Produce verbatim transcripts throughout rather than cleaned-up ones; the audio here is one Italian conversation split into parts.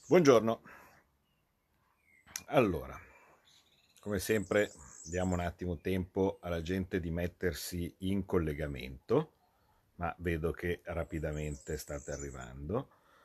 Buongiorno. Allora, come sempre, diamo un attimo tempo alla gente di mettersi in collegamento, ma vedo che rapidamente state arrivando.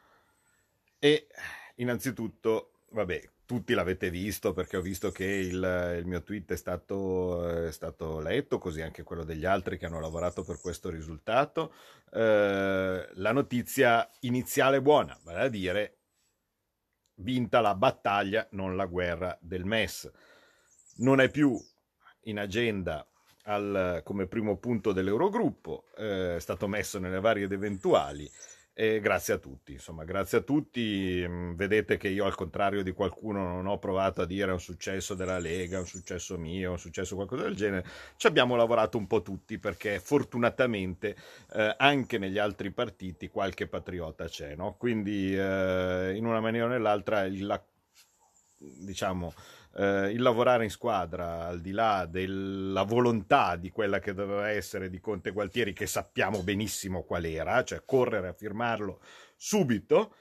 E innanzitutto, vabbè, tutti l'avete visto perché ho visto che il, il mio tweet è stato, è stato letto, così anche quello degli altri che hanno lavorato per questo risultato. Eh, la notizia iniziale buona, vale a dire vinta la battaglia, non la guerra del M E S. Non è più in agenda al, come primo punto dell'Eurogruppo, eh, è stato messo nelle varie ed eventuali. E grazie a tutti, insomma, grazie a tutti. Vedete che io, al contrario di qualcuno, non ho provato a dire è un successo della Lega, è un successo mio, è un successo qualcosa del genere. Ci abbiamo lavorato un po' tutti perché fortunatamente eh, anche negli altri partiti qualche patriota c'è, no? Quindi eh, in una maniera o nell'altra il, la, diciamo, eh, il lavorare in squadra, al di là della volontà di quella che doveva essere di Conte Gualtieri, che sappiamo benissimo qual era, cioè correre a firmarlo subito,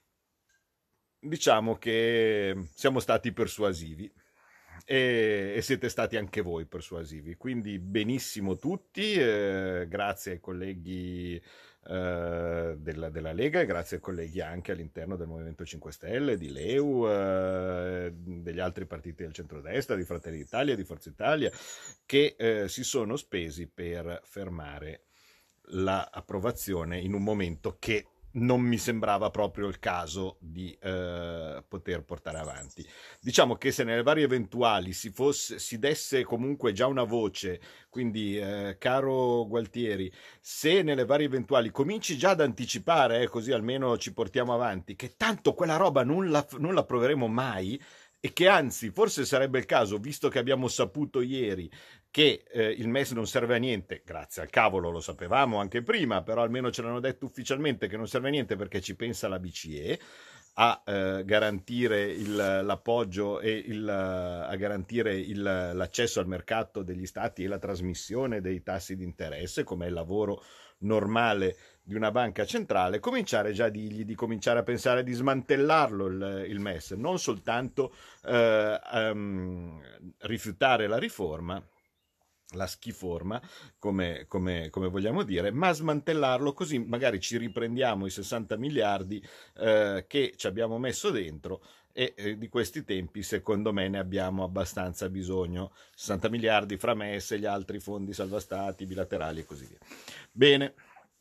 diciamo che siamo stati persuasivi. E, e siete stati anche voi persuasivi, quindi benissimo tutti, eh, grazie ai colleghi eh, della, della Lega e grazie ai colleghi anche all'interno del Movimento cinque Stelle, di Leu, eh, degli altri partiti del centrodestra, di Fratelli d'Italia, di Forza Italia, che eh, si sono spesi per fermare l'approvazione in un momento che non mi sembrava proprio il caso di eh, poter portare avanti. Diciamo che se nelle varie eventuali si, fosse, si desse comunque già una voce, quindi eh, caro Gualtieri, se nelle varie eventuali cominci già ad anticipare, eh, così almeno ci portiamo avanti, che tanto quella roba non la, non la proveremo mai, e che anzi forse sarebbe il caso, visto che abbiamo saputo ieri che eh, il M E S non serve a niente, grazie al cavolo, lo sapevamo anche prima, però almeno ce l'hanno detto ufficialmente che non serve a niente perché ci pensa la B C E a eh, garantire il, l'appoggio e il, a garantire il, l'accesso al mercato degli stati e la trasmissione dei tassi di interesse, come è il lavoro normale di una banca centrale, cominciare già a dirgli di cominciare a pensare di smantellarlo il, il M E S, non soltanto eh, um, rifiutare la riforma, la schiforma, come, come, come vogliamo dire, ma smantellarlo, così magari ci riprendiamo i sessanta miliardi eh, che ci abbiamo messo dentro, e eh, di questi tempi secondo me ne abbiamo abbastanza bisogno. sessanta miliardi fra M E S e gli altri fondi salva stati, bilaterali e così via. Bene,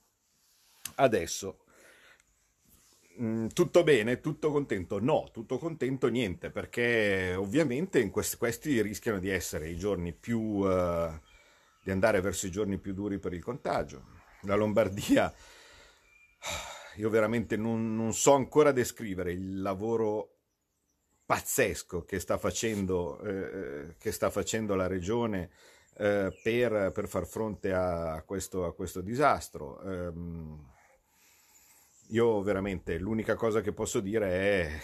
adesso Mm, tutto bene, tutto contento? No, tutto contento niente, perché ovviamente in questi, questi rischiano di essere i giorni più, eh, di andare verso i giorni più duri per il contagio. La Lombardia, io veramente non, non so ancora descrivere il lavoro pazzesco che sta facendo, eh, che sta facendo la regione eh, per, per far fronte a questo, a questo disastro. Ehm, io veramente l'unica cosa che posso dire è: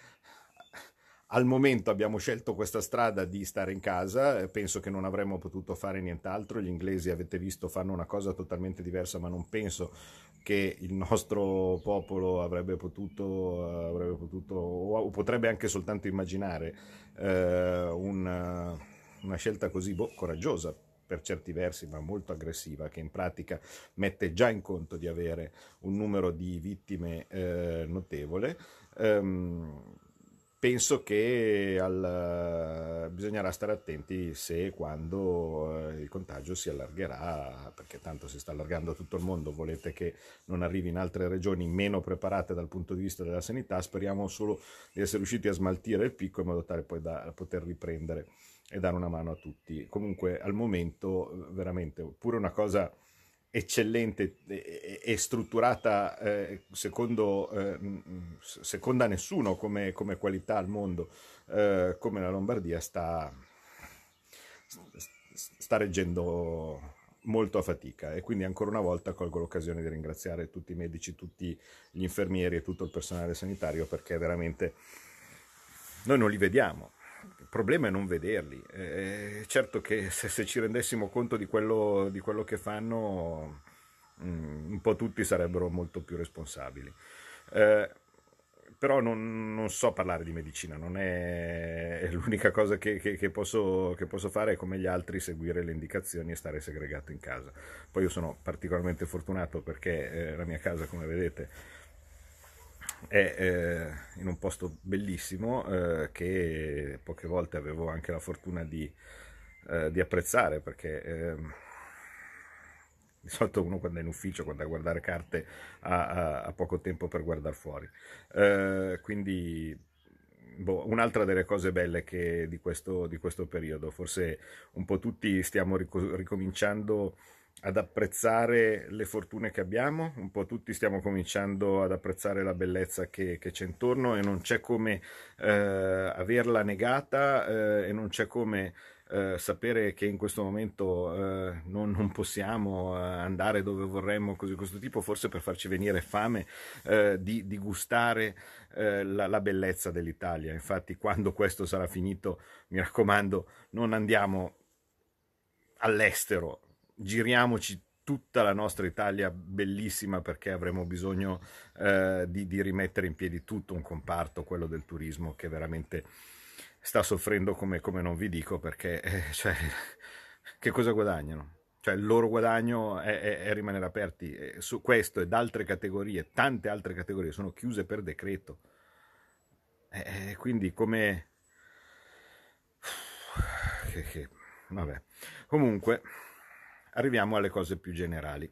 al momento abbiamo scelto questa strada di stare in casa, penso che non avremmo potuto fare nient'altro. Gli inglesi, avete visto, fanno una cosa totalmente diversa, ma non penso che il nostro popolo avrebbe potuto, avrebbe potuto o potrebbe anche soltanto immaginare eh, una, una scelta così boh, coraggiosa per certi versi, ma molto aggressiva, che in pratica mette già in conto di avere un numero di vittime eh, notevole. Um, penso che al, bisognerà stare attenti se e quando eh, il contagio si allargherà, perché tanto si sta allargando a tutto il mondo. Volete che non arrivi in altre regioni meno preparate dal punto di vista della sanità? Speriamo solo di essere riusciti a smaltire il picco in modo tale poi da poter riprendere e dare una mano a tutti. Comunque al momento veramente pure una cosa eccellente e, e strutturata eh, secondo, eh, seconda nessuno come, come qualità al mondo, eh, come la Lombardia, sta, sta reggendo molto a fatica. E quindi ancora una volta colgo l'occasione di ringraziare tutti i medici, tutti gli infermieri e tutto il personale sanitario, perché veramente noi non li vediamo. Il problema è non vederli. Eh, certo che se, se ci rendessimo conto di quello, di quello che fanno, mm, un po' tutti sarebbero molto più responsabili. Eh, però non, non so parlare di medicina, non è, è l'unica cosa che, che- che posso, che posso fare è come gli altri seguire le indicazioni e stare segregato in casa. Poi io sono particolarmente fortunato perché eh, la mia casa, come vedete, è eh, in un posto bellissimo eh, che poche volte avevo anche la fortuna di, eh, di apprezzare perché ehm, di solito uno quando è in ufficio, quando è a guardare carte, ha, ha- ha poco tempo per guardare fuori. Eh, quindi, boh, un'altra delle cose belle che di questo, di questo periodo, forse un po' tutti stiamo rico- ricominciando ad apprezzare le fortune che abbiamo, un po' tutti stiamo cominciando ad apprezzare la bellezza che, che c'è intorno e non c'è come eh, averla negata eh, e non c'è come eh, sapere che in questo momento eh, non, non possiamo eh, andare dove vorremmo, così di questo tipo, forse per farci venire fame eh, di, di gustare eh, la, la bellezza dell'Italia. Infatti, quando questo sarà finito, mi raccomando, non andiamo all'estero, giriamoci tutta la nostra Italia bellissima perché avremo bisogno eh, di, di rimettere in piedi tutto un comparto, quello del turismo, che veramente sta soffrendo come, come non vi dico perché eh, cioè, che cosa guadagnano? Cioè, il loro guadagno è, è- è rimanere aperti. E su questo ed altre categorie, tante altre categorie, sono chiuse per decreto. E, e quindi come... Che, che- Vabbè. Comunque, arriviamo alle cose più generali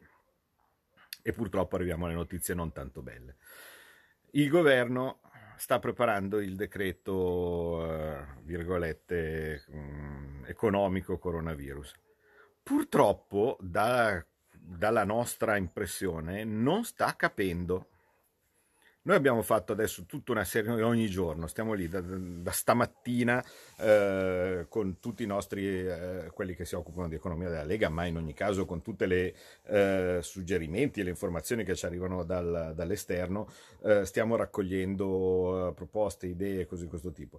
e purtroppo arriviamo alle notizie non tanto belle. Il governo sta preparando il decreto, eh, virgolette, mm, economico coronavirus. Purtroppo, da- dalla nostra impressione, non sta capendo. Noi abbiamo fatto adesso tutta una serie, noi ogni giorno stiamo lì da, da stamattina eh, con tutti i nostri, eh, quelli che si occupano di economia della Lega, ma in ogni caso con tutti i eh, suggerimenti e le informazioni che ci arrivano dal- dall'esterno, eh, stiamo raccogliendo eh, proposte, idee, cose di questo tipo.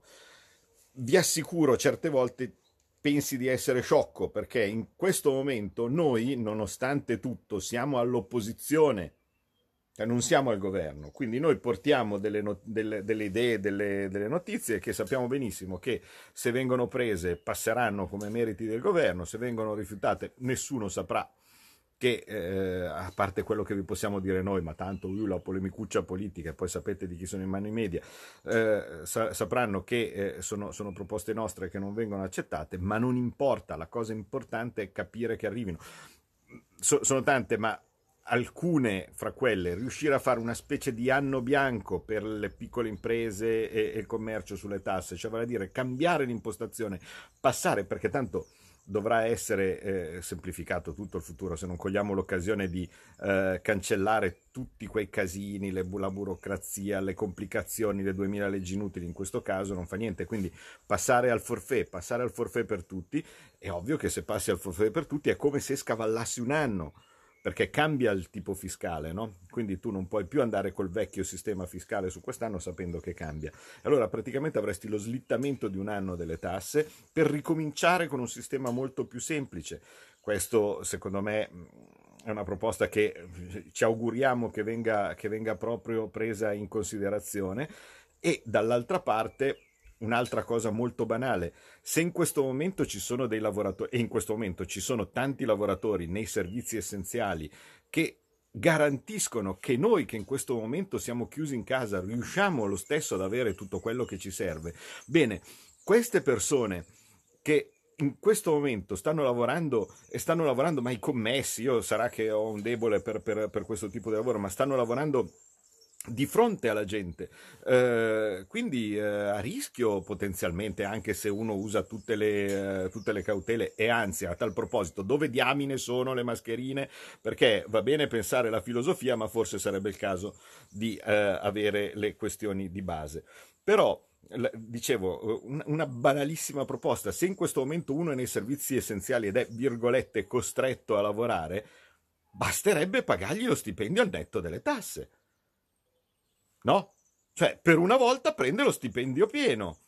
Vi assicuro, certe volte pensi di essere sciocco perché in questo momento noi, nonostante tutto, siamo all'opposizione, cioè non siamo al governo, quindi noi portiamo delle, no- delle- delle idee, delle, delle notizie che sappiamo benissimo che se vengono prese passeranno come meriti del governo, se vengono rifiutate nessuno saprà che, eh, a parte quello che vi possiamo dire noi, ma tanto uh, la polemicuccia politica, e poi sapete di chi sono in mano i media, eh, sa- sapranno che eh, sono, sono proposte nostre che non vengono accettate, ma non importa, la cosa importante è capire che arrivino. So- sono tante, ma alcune fra quelle, riuscire a fare una specie di anno bianco per le piccole imprese e, e il commercio sulle tasse, cioè vale a dire cambiare l'impostazione, passare, perché tanto dovrà essere eh, semplificato tutto il futuro, se non cogliamo l'occasione di eh, cancellare tutti quei casini, le, la burocrazia, le complicazioni, le duemila leggi inutili in questo caso non fa niente, quindi passare al forfait, passare al forfait per tutti, è ovvio che se passi al forfait per tutti è come se scavallassi un anno, perché cambia il tipo fiscale, no? Quindi tu non puoi più andare col vecchio sistema fiscale su quest'anno sapendo che cambia. Allora praticamente avresti lo slittamento di un anno delle tasse per ricominciare con un sistema molto più semplice. Questo secondo me è una proposta che ci auguriamo che venga, che venga proprio presa in considerazione e dall'altra parte un'altra cosa molto banale, se in questo momento ci sono dei lavoratori, e in questo momento ci sono tanti lavoratori nei servizi essenziali che garantiscono che noi che in questo momento siamo chiusi in casa riusciamo lo stesso ad avere tutto quello che ci serve, bene, queste persone che in questo momento stanno lavorando e stanno lavorando, ma i commessi, io sarà che ho un debole per, per, per questo tipo di lavoro, ma stanno lavorando di fronte alla gente, eh, quindi eh, a rischio potenzialmente anche se uno usa tutte le, eh, tutte le cautele e anzi a tal proposito dove diamine sono le mascherine, perché va bene pensare la filosofia ma forse sarebbe il caso di eh, avere le questioni di base, però dicevo una banalissima proposta, se in questo momento uno è nei servizi essenziali ed è virgolette costretto a lavorare, basterebbe pagargli lo stipendio al netto delle tasse, no? Cioè, per una volta prende lo stipendio pieno.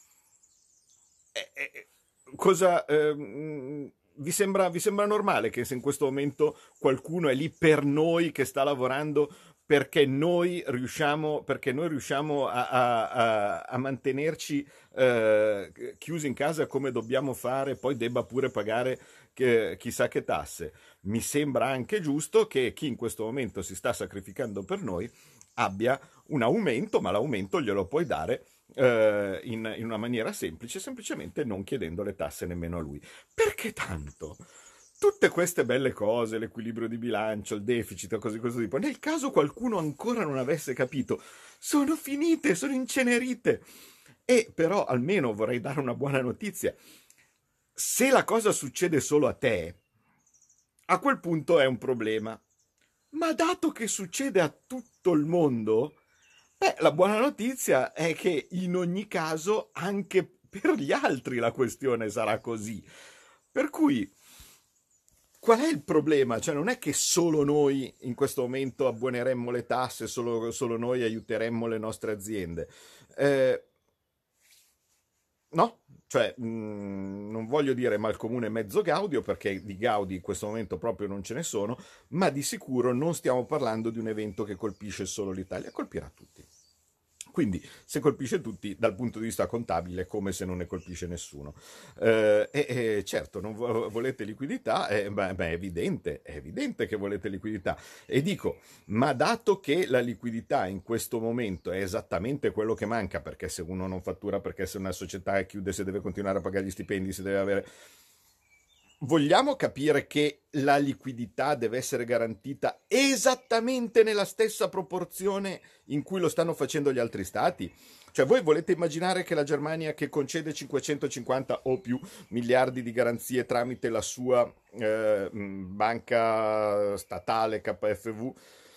E, e, cosa ehm, vi sembra, vi sembra normale che se in questo momento qualcuno è lì per noi che sta lavorando perché noi riusciamo, perché noi riusciamo a, a- a- a mantenerci eh, chiusi in casa come dobbiamo fare, poi debba pure pagare che- chissà che tasse. Mi sembra anche giusto che chi in questo momento si sta sacrificando per noi abbia un aumento, ma l'aumento glielo puoi dare eh, in, in una maniera semplice, semplicemente non chiedendo le tasse nemmeno a lui. Perché tanto? Tutte queste belle cose, l'equilibrio di bilancio, il deficit, cose di questo tipo, nel caso qualcuno ancora non avesse capito, sono finite, sono incenerite. E però almeno vorrei dare una buona notizia. Se la cosa succede solo a te, a quel punto è un problema. Ma dato che succede a tutto il mondo, beh, la buona notizia è che in ogni caso anche per gli altri la questione sarà così. Per cui, qual è il problema? Cioè, non è che solo noi in questo momento abbuoneremmo le tasse, solo, solo noi aiuteremmo le nostre aziende. Eh, no, cioè, mh, non voglio dire malcomune mezzo gaudio, perché di gaudi in questo momento proprio non ce ne sono, ma di sicuro non stiamo parlando di un evento che colpisce solo l'Italia, colpirà tutti. Quindi, se colpisce tutti, dal punto di vista contabile, è come se non ne colpisce nessuno. Eh, e, e certo, non vo- volete liquidità, eh, beh, beh, è evidente, è evidente che volete liquidità. E dico, ma dato che la liquidità in questo momento è esattamente quello che manca, perché se uno non fattura, perché se una società chiude, se deve continuare a pagare gli stipendi, se deve avere... Vogliamo capire che la liquidità deve essere garantita esattamente nella stessa proporzione in cui lo stanno facendo gli altri stati? Cioè, voi volete immaginare che la Germania, che concede cinquecentocinquanta o più miliardi di garanzie tramite la sua eh, banca statale K F V,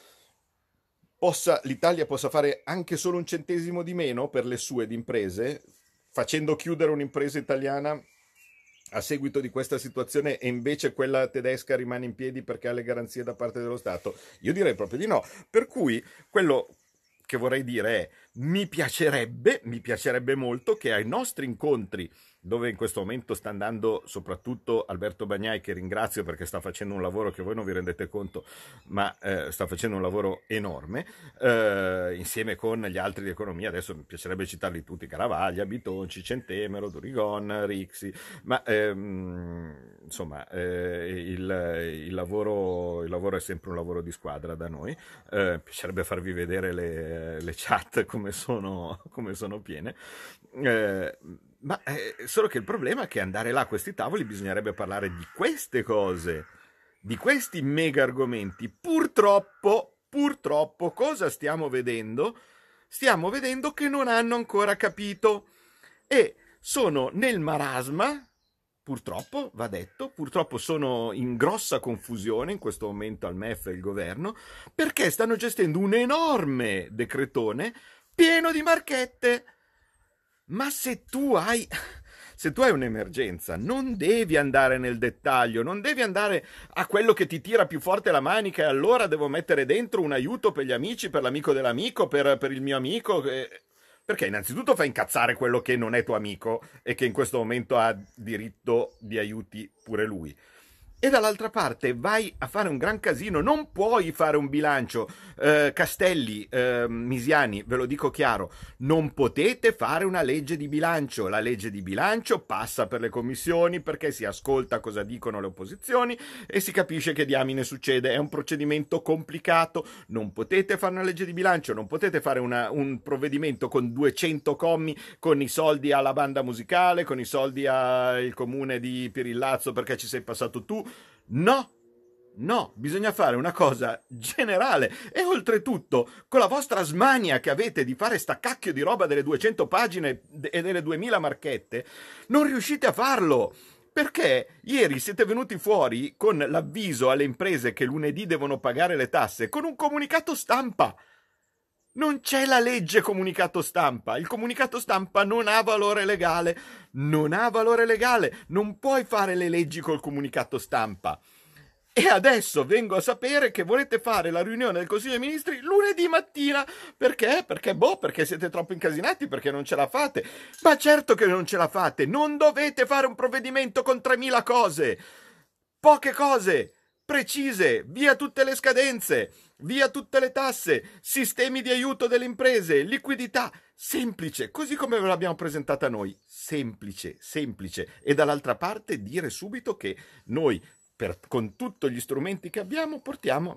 possa, l'Italia possa fare anche solo un centesimo di meno per le sue imprese, facendo chiudere un'impresa italiana a seguito di questa situazione e invece quella tedesca rimane in piedi perché ha le garanzie da parte dello Stato? Io direi proprio di no. Per cui quello che vorrei dire è mi piacerebbe, mi piacerebbe molto che ai nostri incontri, dove in questo momento sta andando soprattutto Alberto Bagnai, che ringrazio perché sta facendo un lavoro che voi non vi rendete conto, ma eh, sta facendo un lavoro enorme, eh, insieme con gli altri di economia. Adesso mi piacerebbe citarli tutti: Caravaglia, Bitonci, Centemero, Durigon, Rixi, ma ehm, insomma eh, il, il, lavoro, il lavoro è sempre un lavoro di squadra da noi. Eh, mi piacerebbe farvi vedere le, le chat come sono, come sono piene. Eh, ma eh, solo che il problema è che andare là a questi tavoli bisognerebbe parlare di queste cose, di questi mega argomenti. Purtroppo, purtroppo, cosa stiamo vedendo? Stiamo vedendo che non hanno ancora capito e sono nel marasma. Purtroppo, va detto, purtroppo sono in grossa confusione in questo momento al M E F e il governo, perché stanno gestendo un enorme decretone pieno di marchette. Ma se tu hai, se tu hai un'emergenza, non devi andare nel dettaglio, non devi andare a quello che ti tira più forte la manica e allora devo mettere dentro un aiuto per gli amici, per l'amico dell'amico, per, per il mio amico. eh, Perché innanzitutto fa incazzare quello che non è tuo amico e che in questo momento ha diritto di aiuti pure lui. E dall'altra parte vai a fare un gran casino, non puoi fare un bilancio. Eh, Castelli, eh, Misiani, ve lo dico chiaro, non potete fare una legge di bilancio. La legge di bilancio passa per le commissioni perché si ascolta cosa dicono le opposizioni e si capisce che diamine succede. È un procedimento complicato, non potete fare una legge di bilancio, non potete fare una, un provvedimento con duecento commi, con i soldi alla banda musicale, con i soldi al comune di Pirillazzo perché ci sei passato tu. No, no, bisogna fare una cosa generale e oltretutto con la vostra smania che avete di fare sta cacchio di roba delle duecento pagine e delle duemila marchette, non riuscite a farlo. Perché ieri siete venuti fuori con l'avviso alle imprese che lunedì devono pagare le tasse con un comunicato stampa. Non c'è la legge comunicato stampa, il comunicato stampa non ha valore legale, non ha valore legale, non puoi fare le leggi col comunicato stampa. E adesso vengo a sapere che volete fare la riunione del Consiglio dei Ministri lunedì mattina. Perché? Perché boh, perché siete troppo incasinati, perché non ce la fate. Ma certo che non ce la fate, non dovete fare un provvedimento con tremila cose. Poche cose, precise, via tutte le scadenze. via tutte le tasse, sistemi di aiuto delle imprese, liquidità, semplice, così come ve l'abbiamo presentata noi, semplice, semplice. E dall'altra parte dire subito che noi, per, con tutti gli strumenti che abbiamo, portiamo,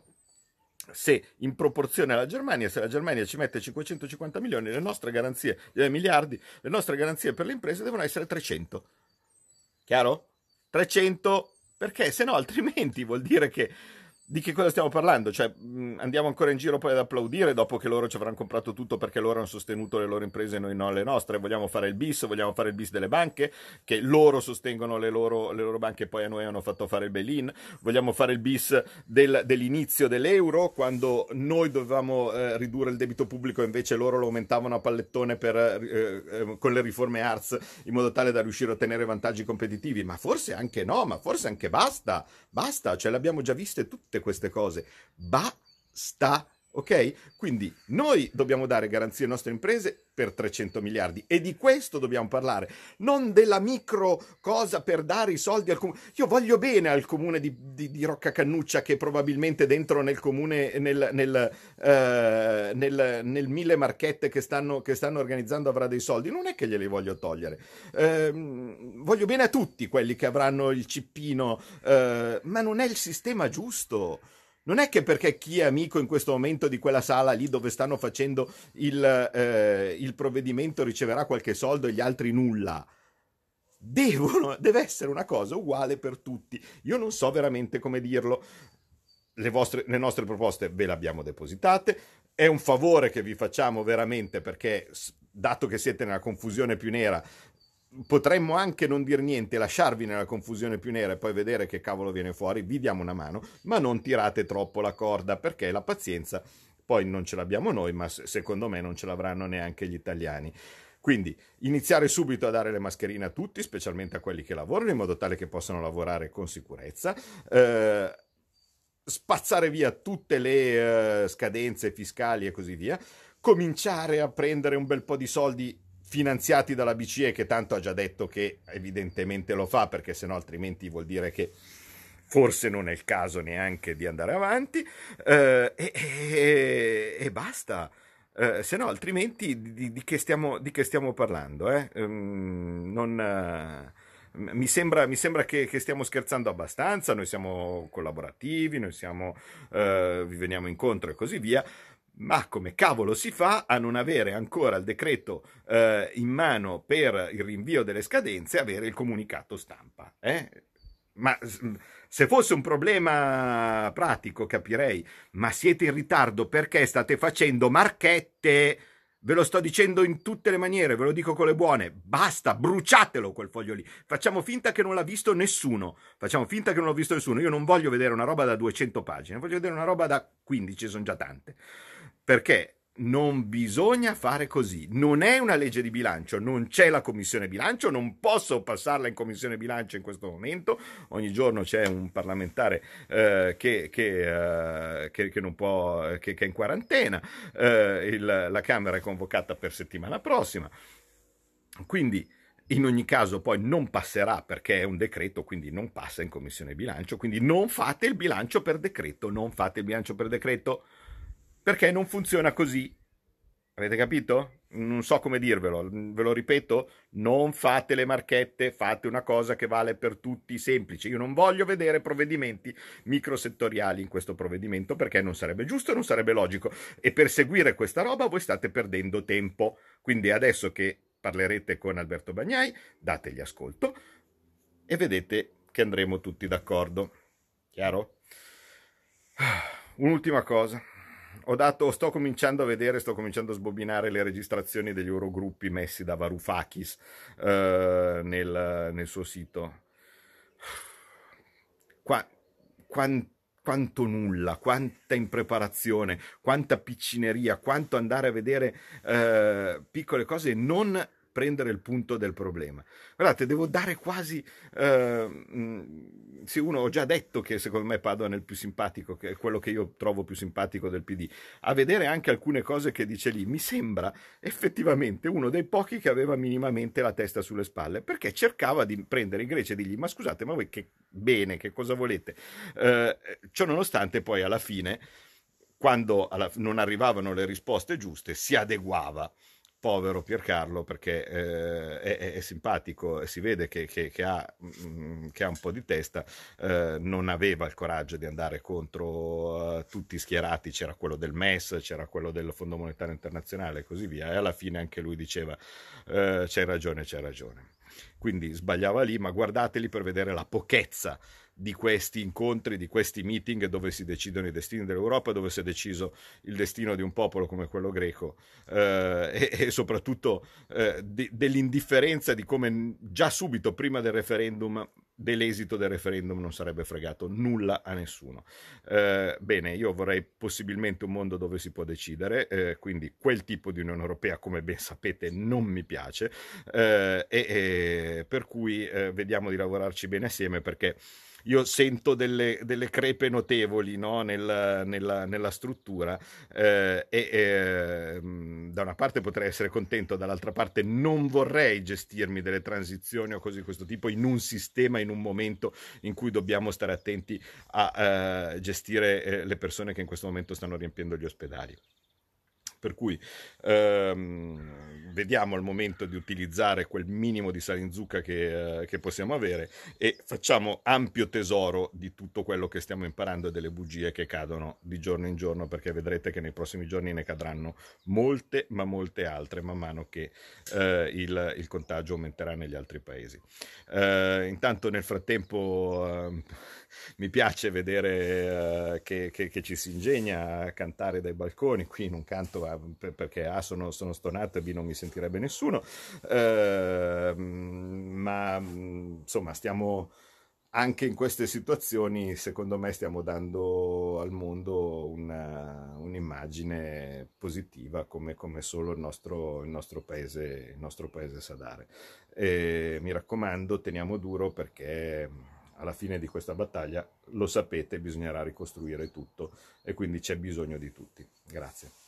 se in proporzione alla Germania, se la Germania ci mette cinquecentocinquanta milioni, le nostre garanzie, eh, miliardi, le nostre garanzie per le imprese devono essere trecento. Chiaro? trecento, perché se no altrimenti vuol dire che di che cosa stiamo parlando? Cioè mh, andiamo ancora in giro poi ad applaudire dopo che loro ci avranno comprato tutto perché loro hanno sostenuto le loro imprese e noi no le nostre. Vogliamo fare il bis, vogliamo fare il bis delle banche, che loro sostengono le loro, le loro banche e poi a noi hanno fatto fare il bail-in. Vogliamo fare il bis del, dell'inizio dell'euro, quando noi dovevamo eh, ridurre il debito pubblico e invece loro lo aumentavano a pallettone per, eh, eh, con le riforme A R S, in modo tale da riuscire a ottenere vantaggi competitivi. Ma forse anche no, ma forse anche basta, basta, ce le abbiamo già viste tutte queste cose, basta, ok? Quindi noi dobbiamo dare garanzie alle nostre imprese per trecento miliardi e di questo dobbiamo parlare, non della micro cosa per dare i soldi al comune. Io voglio bene al comune di, di, di Roccacannuccia, che probabilmente dentro nel comune, nel, nel, eh, nel, nel mille marchette che stanno, che stanno organizzando avrà dei soldi, non è che glieli voglio togliere, eh, voglio bene a tutti quelli che avranno il cippino, eh, ma non è il sistema giusto. Non è che perché chi è amico in questo momento di quella sala lì dove stanno facendo il, eh, il provvedimento riceverà qualche soldo e gli altri nulla. Devono, deve essere una cosa uguale per tutti. Io non so veramente come dirlo. Le, vostre, le nostre proposte ve le abbiamo depositate. È un favore che vi facciamo veramente, perché dato che siete nella confusione più nera, potremmo anche non dir niente, lasciarvi nella confusione più nera e poi vedere che cavolo viene fuori. Vi diamo una mano, ma non tirate troppo la corda, perché la pazienza poi non ce l'abbiamo noi, ma secondo me non ce l'avranno neanche gli italiani. Quindi iniziare subito a dare le mascherine a tutti, specialmente a quelli che lavorano, in modo tale che possano lavorare con sicurezza, eh, spazzare via tutte le eh, scadenze fiscali e così via, cominciare a prendere un bel po' di soldi finanziati dalla B C E, che tanto ha già detto che evidentemente lo fa, perché sennò altrimenti vuol dire che forse non è il caso neanche di andare avanti, eh, e, e, e basta, eh, se no altrimenti di, di, che stiamo, di che stiamo parlando? Eh? Um, non... Uh, mi sembra, mi sembra che, che stiamo scherzando abbastanza, noi siamo collaborativi, noi siamo, uh, vi veniamo incontro e così via. Ma come cavolo si fa a non avere ancora il decreto eh, in mano per il rinvio delle scadenze e avere il comunicato stampa? Eh? Ma se fosse un problema pratico capirei, ma siete in ritardo perché state facendo marchette. Ve lo sto dicendo in tutte le maniere, ve lo dico con le buone. Basta, bruciatelo quel foglio lì. Facciamo finta che non l'ha visto nessuno. Facciamo finta che non l'ha visto nessuno. Io non voglio vedere una roba da duecento pagine, voglio vedere una roba da quindici, sono già tante. Perché non bisogna fare così. Non è una legge di bilancio, non c'è la commissione bilancio, non posso passarla in commissione bilancio in questo momento. Ogni giorno c'è un parlamentare eh, che, che, eh, che, che non può, che, che è in quarantena. Eh, il, la Camera è convocata per settimana prossima. Quindi in ogni caso poi non passerà, perché è un decreto, quindi non passa in commissione bilancio. Quindi non fate il bilancio per decreto, non fate il bilancio per decreto. Perché non funziona così. Avete capito? Non so come dirvelo, ve lo ripeto, non fate le marchette, fate una cosa che vale per tutti, semplice. Io non voglio vedere provvedimenti microsettoriali in questo provvedimento, perché non sarebbe giusto e non sarebbe logico. E per seguire questa roba voi state perdendo tempo. Quindi adesso che parlerete con Alberto Bagnai, dategli ascolto e vedete che andremo tutti d'accordo. Chiaro? Un'ultima cosa. Ho dato, sto cominciando a vedere, sto cominciando a sbobinare le registrazioni degli Eurogruppi messi da Varoufakis eh, nel, nel suo sito. Qua, quan, quanto nulla, quanta impreparazione, quanta piccineria, quanto andare a vedere eh, piccole cose e non prendere il punto del problema. Guardate, devo dare quasi eh, sì, uno, ho già detto che secondo me Padoan è il più simpatico, che è quello che io trovo più simpatico del P D. A vedere anche alcune cose che dice lì, mi sembra effettivamente uno dei pochi che aveva minimamente la testa sulle spalle, perché cercava di prendere in Grecia e dirgli: ma scusate, ma voi che bene, che cosa volete? Eh, ciò nonostante poi alla fine quando alla, non arrivavano le risposte giuste si adeguava. Povero Piercarlo, perché eh, è, è, simpatico e si vede che, che, che, ha, mh, che ha un po' di testa, eh, non aveva il coraggio di andare contro uh, tutti schierati, c'era quello del M E S, c'era quello del Fondo Monetario Internazionale e così via, e alla fine anche lui diceva eh, c'hai ragione, c'hai ragione. Quindi sbagliava lì, ma guardateli per vedere la pochezza di questi incontri, di questi meeting dove si decidono i destini dell'Europa, dove si è deciso il destino di un popolo come quello greco eh, e, e soprattutto eh, de, dell'indifferenza di come già subito prima del referendum, dell'esito del referendum non sarebbe fregato nulla a nessuno. Eh, bene, io vorrei possibilmente un mondo dove si può decidere, eh, quindi quel tipo di Unione Europea, come ben sapete, non mi piace eh, e, e per cui eh, vediamo di lavorarci bene assieme, perché io sento delle, delle crepe notevoli, no? Nel, nella, nella struttura eh, e eh, da una parte potrei essere contento, dall'altra parte non vorrei gestirmi delle transizioni o cose di questo tipo in un sistema, in un momento in cui dobbiamo stare attenti a eh, gestire eh, le persone che in questo momento stanno riempiendo gli ospedali. Per cui ehm, vediamo al momento di utilizzare quel minimo di sale in zucca che, eh, che possiamo avere e facciamo ampio tesoro di tutto quello che stiamo imparando e delle bugie che cadono di giorno in giorno, perché vedrete che nei prossimi giorni ne cadranno molte, ma molte altre, man mano che eh, il, il contagio aumenterà negli altri paesi. Eh, intanto nel frattempo... Eh, mi piace vedere uh, che, che, che ci si ingegna a cantare dai balconi. Qui non canto uh, perché A sono, sono stonato e B non mi sentirebbe nessuno, uh, ma insomma stiamo anche in queste situazioni, secondo me stiamo dando al mondo una, un'immagine positiva come, come solo il nostro, il, nostro paese, il nostro paese sa dare. E mi raccomando, teniamo duro, perché alla fine di questa battaglia, lo sapete, bisognerà ricostruire tutto e quindi c'è bisogno di tutti. Grazie.